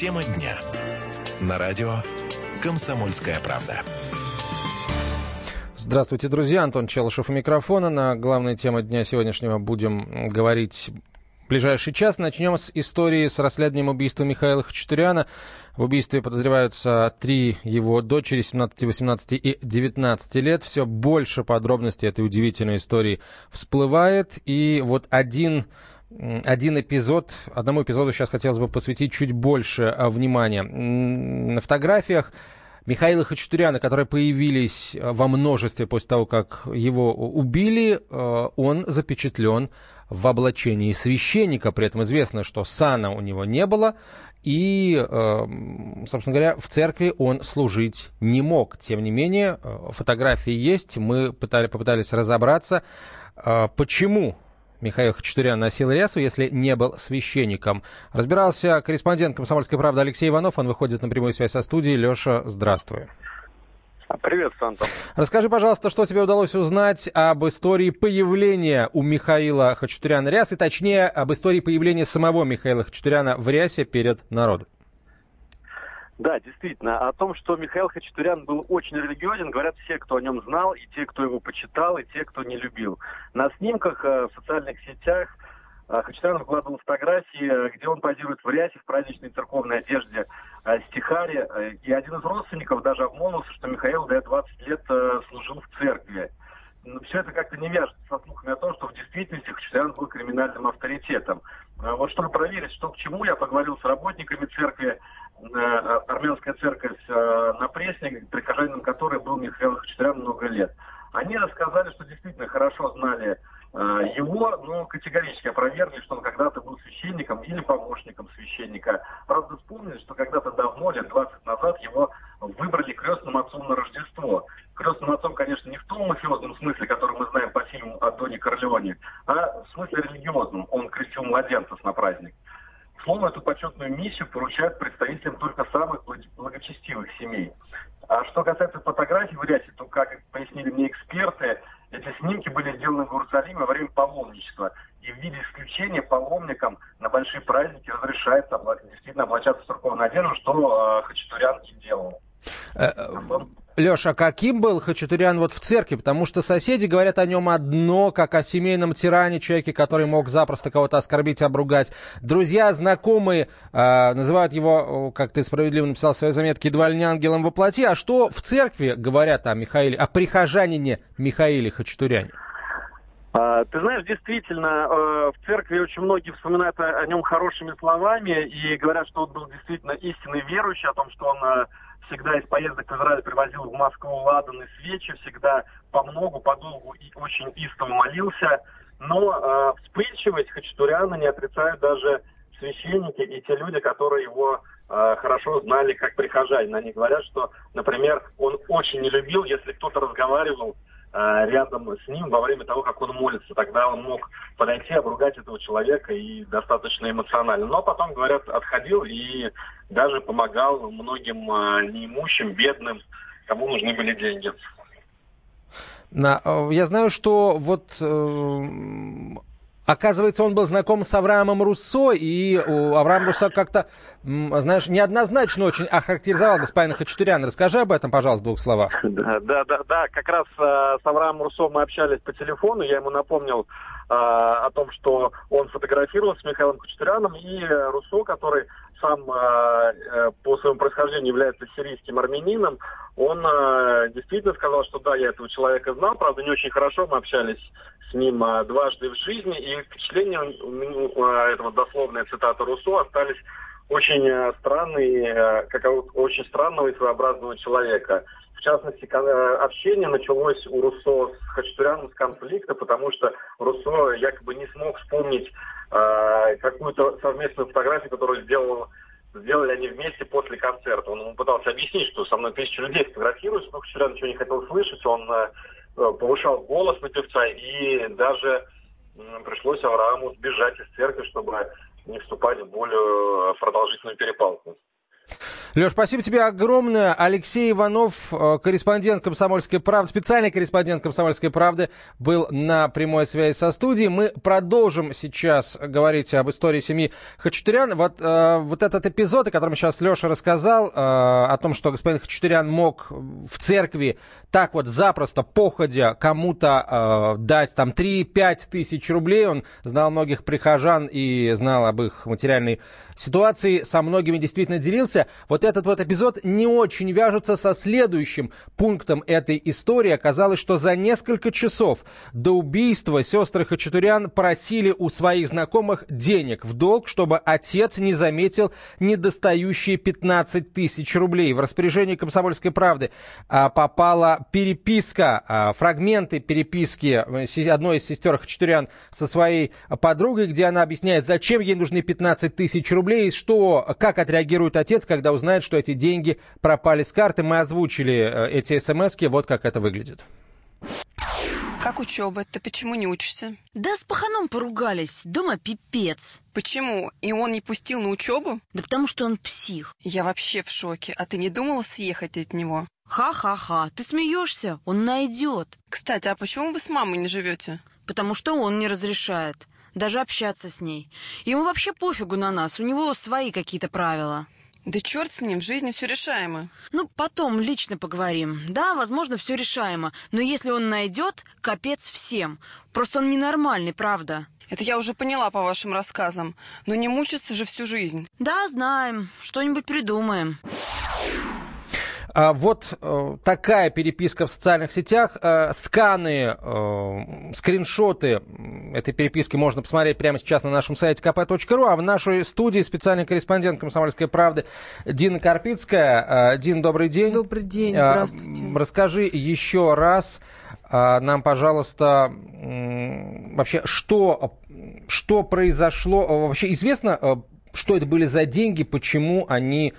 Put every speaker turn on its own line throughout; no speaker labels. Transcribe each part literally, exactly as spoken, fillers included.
Тема дня. На радио «Комсомольская правда».
Здравствуйте, друзья. Антон Челышев у микрофона. На главной теме дня сегодняшнего будем говорить в ближайший час. Начнем с истории с расследованием убийства Михаила Хачатуряна. В убийстве подозреваются три его дочери, семнадцати, восемнадцати и девятнадцати лет. Все больше подробностей этой удивительной истории всплывает. И вот один... Один эпизод, одному эпизоду сейчас хотелось бы посвятить чуть больше внимания. На фотографиях Михаила Хачатуряна, которые появились во множестве после того, как его убили, он запечатлен в облачении священника. При этом известно, что сана у него не было, и, собственно говоря, в церкви он служить не мог. Тем не менее, фотографии есть, мы пытали, попытались разобраться, почему Михаил Хачатурян носил рясу, если не был священником. Разбирался корреспондент «Комсомольской правды» Алексей Иванов. Он выходит на прямую связь со студией. Леша, здравствуй.
Привет, Антон.
Расскажи, пожалуйста, что тебе удалось узнать об истории появления у Михаила Хачатуряна рясы, точнее, об истории появления самого Михаила Хачатуряна в рясе перед народом.
Да, действительно, о том, что Михаил Хачатурян был очень религиозен, говорят все, кто о нем знал, и те, кто его почитал, и те, кто не любил. На снимках в социальных сетях Хачатурян выкладывал фотографии, где он позирует в рясе, в праздничной церковной одежде, стихаре. И один из родственников даже обмолвился, что Михаил до двадцать лет служил в церкви. Но все это как-то не вяжется со слухами о том, что в действительности Хачатурян был криминальным авторитетом. Вот чтобы проверить, что к чему, я поговорил с работниками церкви, армянская церковь на Пресне, прихожанином которой был Михаил Хачатурян много лет. Они рассказали, что действительно хорошо знали его, но категорически опровергли, что он когда-то был священником или помощником священника. Правда, вспомнили, что когда-то давно, лет двадцать назад, его выбрали крестным отцом на Рождество. Крестным отцом, конечно, не в том мафиозном смысле, который мы знаем по фильму о Доне Корлеоне, а в смысле религиозном. Он крестил младенцев на праздник. Словно эту почетную миссию поручают представителям только самых благочестивых семей. А что касается фотографий в рясе, то, как пояснили мне эксперты, эти снимки были сделаны в Иерусалиме во время паломничества. И в виде исключения паломникам на большие праздники разрешается действительно облачаться в церковную одежду, что э, Хачатурян и делал.
Леша, каким был Хачатурян вот в церкви? Потому что соседи говорят о нем одно, как о семейном тиране, человеке, который мог запросто кого-то оскорбить, обругать. Друзья, знакомые э, называют его, как ты справедливо написал в своей заметке, едва ли не ангелом во плоти. А что в церкви говорят о Михаиле, о прихожанине Михаиле Хачатуряне?
Ты знаешь, действительно, в церкви очень многие вспоминают о нем хорошими словами и говорят, что он был действительно истинный верующий, о том, что он всегда из поездок в Израиль привозил в Москву ладан и свечи, всегда по многу, подолгу и очень истово молился. Но э, вспыльчивость Хачатуряна не отрицают даже священники и те люди, которые его э, хорошо знали как прихожанин. Они говорят, что, например, он очень не любил, если кто-то разговаривал э, рядом с ним во время того, как он молится. Тогда он мог подойти, обругать этого человека и достаточно эмоционально. Но потом, говорят, отходил и даже помогал многим э, неимущим, бедным, кому нужны были деньги.
На, я знаю, что вот э, оказывается, он был знаком с Авраамом Руссо, и у Авраам Руссо как-то, знаешь, неоднозначно очень охарактеризовал господина Хачатуряна. Расскажи об этом, пожалуйста, в двух словах.
Да, да, да, да. Как раз э, с Авраамом Руссо мы общались по телефону, я ему напомнил э, о том, что он фотографировал с Михаилом Хачатуряном, и Руссо, который сам э, по своему происхождению является сирийским армянином, он э, действительно сказал, что да, я этого человека знал, правда, не очень хорошо, мы общались с ним э, дважды в жизни, и впечатления э, этого дословная цитата Руссо остались очень э, странные, э, как очень странного и своеобразного человека. В частности, общение началось у Руссо с Хачатуряном с конфликта, потому что Руссо якобы не смог вспомнить э, какую-то совместную фотографию, которую сделал, сделали они вместе после концерта. Он ему пытался объяснить, что со мной тысячи людей фотографируются, но Хачатурян ничего не хотел слышать, он э, повышал голос на певца, и даже э, пришлось Аврааму сбежать из церкви, чтобы не вступать в более продолжительную перепалку.
Леш, спасибо тебе огромное. Алексей Иванов, корреспондент «Комсомольской правды», специальный корреспондент «Комсомольской правды», был на прямой связи со студией. Мы продолжим сейчас говорить об истории семьи Хачатурян. Вот, э, вот этот эпизод, о котором сейчас Леша рассказал, э, о том, что господин Хачатурян мог в церкви так вот запросто, походя, кому-то э, дать там три-пять тысяч рублей. Он знал многих прихожан и знал об их материальной ситуации, со многими действительно делился. Вот этот вот эпизод не очень вяжется со следующим пунктом этой истории. Оказалось, что за несколько часов до убийства сестры Хачатурян просили у своих знакомых денег в долг, чтобы отец не заметил недостающие пятнадцать тысяч рублей. В распоряжение «Комсомольской правды» а, попала переписка, а, фрагменты переписки одной из сестер Хачатурян со своей подругой, где она объясняет, зачем ей нужны пятнадцать тысяч рублей, и что, как отреагирует отец, когда узнает, что эти деньги пропали с карты. Мы озвучили эти смски, вот как это выглядит.
Как учеба? Ты почему не учишься?
Да с паханом поругались. Дома пипец.
Почему? И он не пустил на учебу?
Да потому что он псих.
Я вообще в шоке. А ты не думала съехать от него?
Ха-ха-ха. Ты смеешься? Он найдет.
Кстати, а почему вы с мамой не живете?
Потому что он не разрешает. Даже общаться с ней. Ему вообще пофигу на нас. У него свои какие-то правила.
Да черт с ним, в жизни все решаемо.
Ну, потом лично поговорим. Да, возможно, все решаемо. Но если он найдет, капец всем. Просто он ненормальный, правда.
Это я уже поняла по вашим рассказам. Но не мучиться же всю жизнь.
Да, знаем. Что-нибудь придумаем.
А вот э, такая переписка в социальных сетях. Э, сканы, э, скриншоты этой переписки можно посмотреть прямо сейчас на нашем сайте ка пэ точка ру. А в нашей студии специальный корреспондент «Комсомольской правды» Дина Карпицкая. Э, Дин, добрый день.
Добрый день, здравствуйте.
Э, расскажи еще раз э, нам, пожалуйста, э, вообще, что, что произошло. Вообще известно, э, что это были за деньги, почему они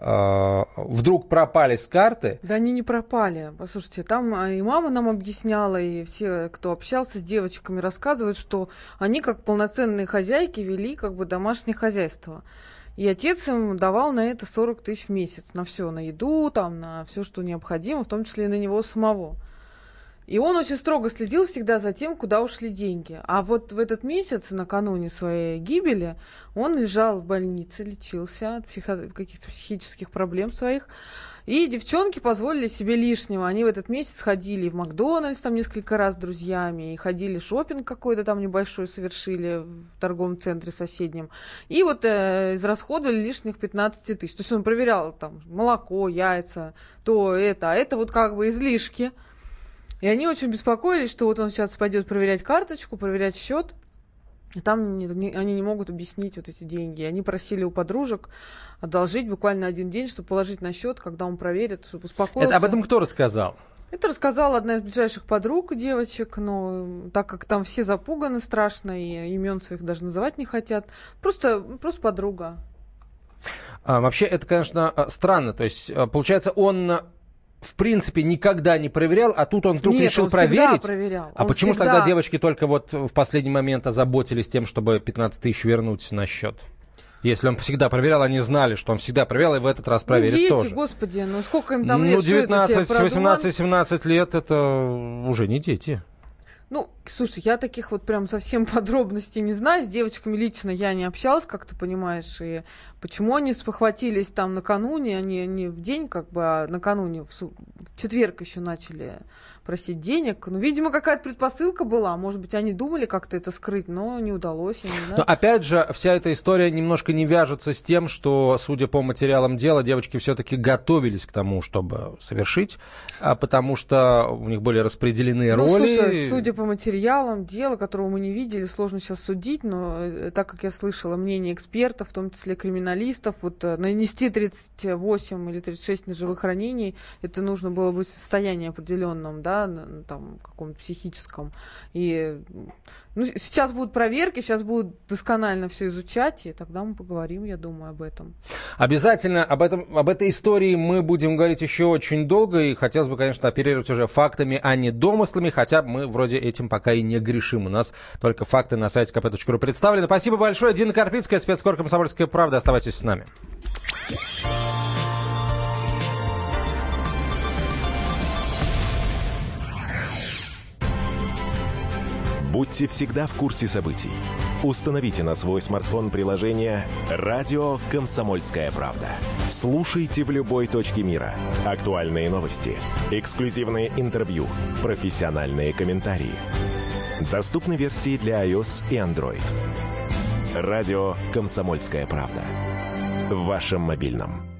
вдруг пропали с карты?
Да они не пропали. Послушайте, там и мама нам объясняла, и все, кто общался с девочками, рассказывают, что они как полноценные хозяйки вели как бы домашнее хозяйство. И отец им давал на это сорок тысяч в месяц. На все, на еду, там, на все, что необходимо, в том числе и на него самого. И он очень строго следил всегда за тем, куда ушли деньги. А вот в этот месяц, накануне своей гибели, он лежал в больнице, лечился от психо- каких-то психических проблем своих. И девчонки позволили себе лишнего. Они в этот месяц ходили в Макдональдс там несколько раз с друзьями, и ходили шопинг какой-то там небольшой совершили в торговом центре соседнем. И вот э, израсходовали лишних пятнадцать тысяч. То есть он проверял там молоко, яйца, то это. А это вот как бы излишки. И они очень беспокоились, что вот он сейчас пойдет проверять карточку, проверять счет, и там не, не, они не могут объяснить вот эти деньги. Они просили у подружек одолжить буквально один день, чтобы положить на счет, когда он проверит, чтобы успокоился.
Это об этом кто рассказал?
Это рассказала одна из ближайших подруг девочек, но так как там все запуганы страшно, и имен своих даже называть не хотят, просто, просто подруга.
А, вообще, это, конечно, странно. То есть, получается, он... в принципе, никогда не проверял, а тут он вдруг
Нет,
решил
он
проверить.
Проверял.
А
он
почему
всегда...
же тогда девочки только вот в последний момент озаботились тем, чтобы пятнадцать тысяч вернуть на счет? Если он всегда проверял, они знали, что он всегда проверял, и в этот раз проверит
ну, дети,
тоже.
Господи, ну сколько им там лет?
Ну, девятнадцать, восемнадцать, семнадцать лет, это уже не дети.
Ну, слушай, я таких вот прям совсем подробностей не знаю. С девочками лично я не общалась, как ты понимаешь. И почему они спохватились там накануне, они не в день, как бы, а накануне, в, су- в четверг еще начали просить денег. Ну, видимо, какая-то предпосылка была. Может быть, они думали как-то это скрыть, но не удалось, я не знаю.
Но опять же, вся эта история немножко не вяжется с тем, что, судя по материалам дела, девочки все-таки готовились к тому, чтобы совершить, потому что у них были распределены
ну,
роли.
Слушай, судя по материалам дела, которого мы не видели, сложно сейчас судить, но так как я слышала мнение экспертов, в том числе криминалистов, вот нанести тридцать восемь или тридцать шесть ножевых ранений, это нужно было быть в состоянии определенном, да, там, каком-то психическом. И ну, сейчас будут проверки, сейчас будут досконально все изучать, и тогда мы поговорим, я думаю, об этом.
Обязательно об этом, об этой истории мы будем говорить еще очень долго, и хотелось бы, конечно, оперировать уже фактами, а не домыслами, хотя мы вроде этим пока и не грешим. У нас только факты на сайте ка пэ точка ру представлены. Спасибо большое. Дина Карпицкая, спецкор «Комсомольская правда». Оставайтесь с нами.
Будьте всегда в курсе событий. Установите на свой смартфон приложение «Радио Комсомольская правда». Слушайте в любой точке мира. Актуальные новости, эксклюзивные интервью, профессиональные комментарии. Доступны версии для iOS и Android. «Радио Комсомольская правда». В вашем мобильном.